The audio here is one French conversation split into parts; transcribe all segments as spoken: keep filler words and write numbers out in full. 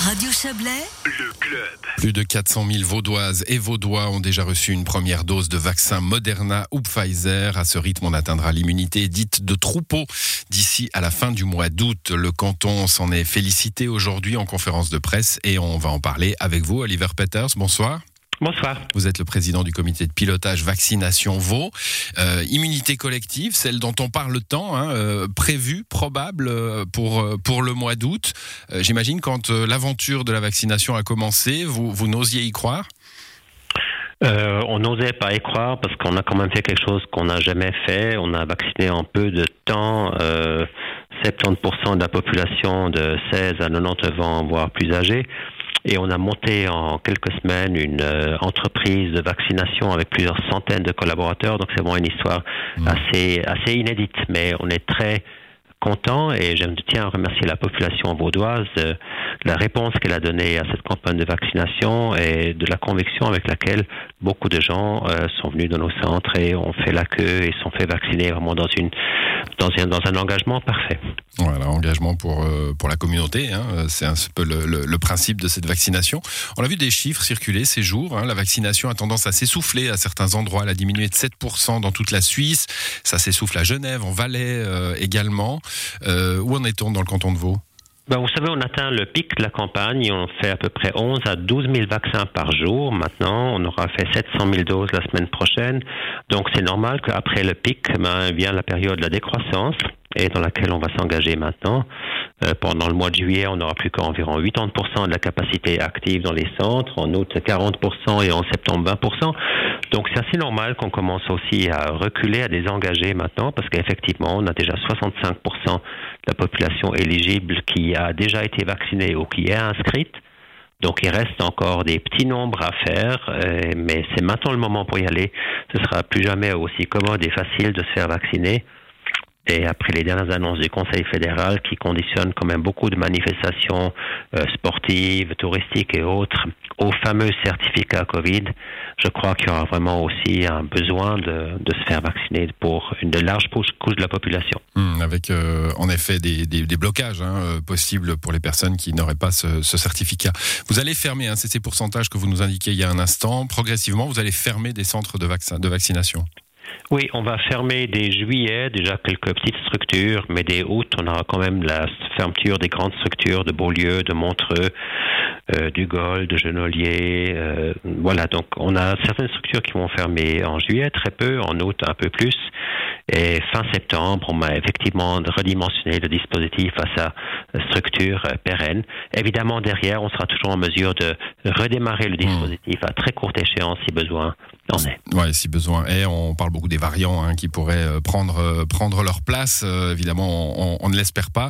Radio Chablais, le club. Plus de quatre cent mille Vaudoises et Vaudois ont déjà reçu une première dose de vaccin Moderna ou Pfizer. À ce rythme, on atteindra l'immunité dite de troupeau d'ici à la fin du mois d'août. Le canton s'en est félicité aujourd'hui en conférence de presse et on va en parler avec vous, Oliver Peters. Bonsoir. Bonsoir. Vous êtes le président du comité de pilotage vaccination Vaud. Euh, immunité collective, celle dont on parle tant, hein, euh, prévue, probable pour, pour le mois d'août. Euh, j'imagine quand euh, l'aventure de la vaccination a commencé, vous, vous n'osiez y croire ? Euh, on n'osait pas y croire parce qu'on a quand même fait quelque chose qu'on n'a jamais fait. On a vacciné en peu de temps euh, soixante-dix pour cent de la population de seize à quatre-vingt-dix ans, voire plus âgée. Et on a monté en quelques semaines une euh, entreprise de vaccination avec plusieurs centaines de collaborateurs. Donc c'est vraiment une histoire mmh. assez, assez inédite. Mais on est très content et je tiens à remercier la population vaudoise de la réponse qu'elle a donnée à cette campagne de vaccination et de la conviction avec laquelle beaucoup de gens euh, sont venus dans nos centres et ont fait la queue et sont fait vacciner vraiment dans une dans un, dans un engagement parfait. Voilà, engagement pour euh, pour la communauté, hein, c'est un peu le, le, le principe de cette vaccination. On a vu des chiffres circuler ces jours, hein, la vaccination a tendance à s'essouffler à certains endroits, elle a diminué de sept pour cent dans toute la Suisse, ça s'essouffle à Genève, en Valais euh, également. Euh, où en est-on dans le canton de Vaud ? Ben, vous savez, on atteint le pic de la campagne. On fait à peu près onze à douze mille vaccins par jour. Maintenant, on aura fait sept cent mille doses la semaine prochaine. Donc, c'est normal qu'après le pic, ben, vient la période de la décroissance et dans laquelle on va s'engager maintenant. Euh, pendant le mois de juillet, on n'aura plus qu'environ quatre-vingts pour cent de la capacité active dans les centres. En août, quarante pour cent et en septembre, vingt pour cent. Donc, c'est assez normal qu'on commence aussi à reculer, à désengager maintenant parce qu'effectivement, on a déjà soixante-cinq pour cent de la population éligible qui a déjà été vaccinée ou qui est inscrite. Donc, il reste encore des petits nombres à faire, euh, mais c'est maintenant le moment pour y aller. Ce sera plus jamais aussi commode et facile de se faire vacciner. Et après les dernières annonces du Conseil fédéral qui conditionnent quand même beaucoup de manifestations euh, sportives, touristiques et autres au fameux certificat Covid, je crois qu'il y aura vraiment aussi un besoin de, de se faire vacciner pour une large couche de la population. Mmh, avec euh, en effet des, des, des blocages hein, possibles pour les personnes qui n'auraient pas ce, ce certificat. Vous allez fermer, hein, c'est ces pourcentages que vous nous indiquiez il y a un instant, progressivement vous allez fermer des centres de, vaccin, de vaccination. Oui, on va fermer dès juillet, déjà quelques petites structures, mais dès août, on aura quand même la fermeture des grandes structures de Beaulieu, de Montreux, euh, du Gol, de Genolier. Euh, voilà, donc on a certaines structures qui vont fermer en juillet, très peu, en août un peu plus. Et fin septembre, on va effectivement redimensionner le dispositif à sa structure pérenne. Évidemment, derrière, on sera toujours en mesure de redémarrer le dispositif à très courte échéance si besoin en est. Oui, si besoin est. On parle beaucoup des variants hein, qui pourraient prendre, prendre leur place. Euh, évidemment, on, on ne l'espère pas.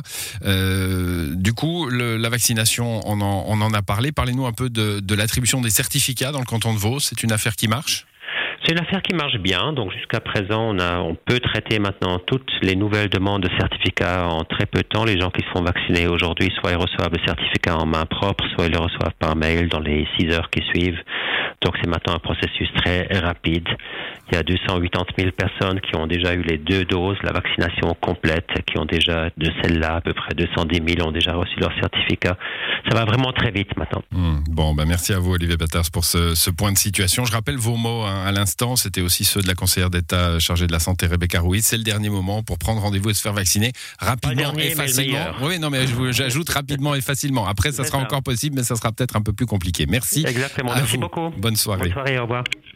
Euh, du coup, le, la vaccination, on en, on en a parlé. Parlez-nous un peu de, de l'attribution des certificats dans le canton de Vaud. C'est une affaire qui marche ? C'est une affaire qui marche bien. Donc jusqu'à présent, on, a, on peut traiter maintenant toutes les nouvelles demandes de certificats en très peu de temps. Les gens qui se font vacciner aujourd'hui, soit ils reçoivent le certificat en main propre, soit ils le reçoivent par mail dans les six heures qui suivent. Donc c'est maintenant un processus très rapide. Il y a deux cent quatre-vingt-dix mille personnes qui ont déjà eu les deux doses, la vaccination complète, qui ont déjà, de celles-là, à peu près deux cent dix mille ont déjà reçu leur certificat. Ça va vraiment très vite maintenant. Mmh. Bon, bah merci à vous, Olivier Peters, pour ce, ce point de situation. Je rappelle vos mots hein, à l'instant, c'était aussi ceux de la conseillère d'État chargée de la santé, Rebecca Ruiz. C'est le dernier moment pour prendre rendez-vous et se faire vacciner rapidement dernier, et facilement. Oui, non, mais je, j'ajoute rapidement et facilement. Après, ça sera ça. encore possible, mais ça sera peut-être un peu plus compliqué. Merci. Exactement. Merci vous. beaucoup. Bonne soirée. Bonne soirée, au revoir.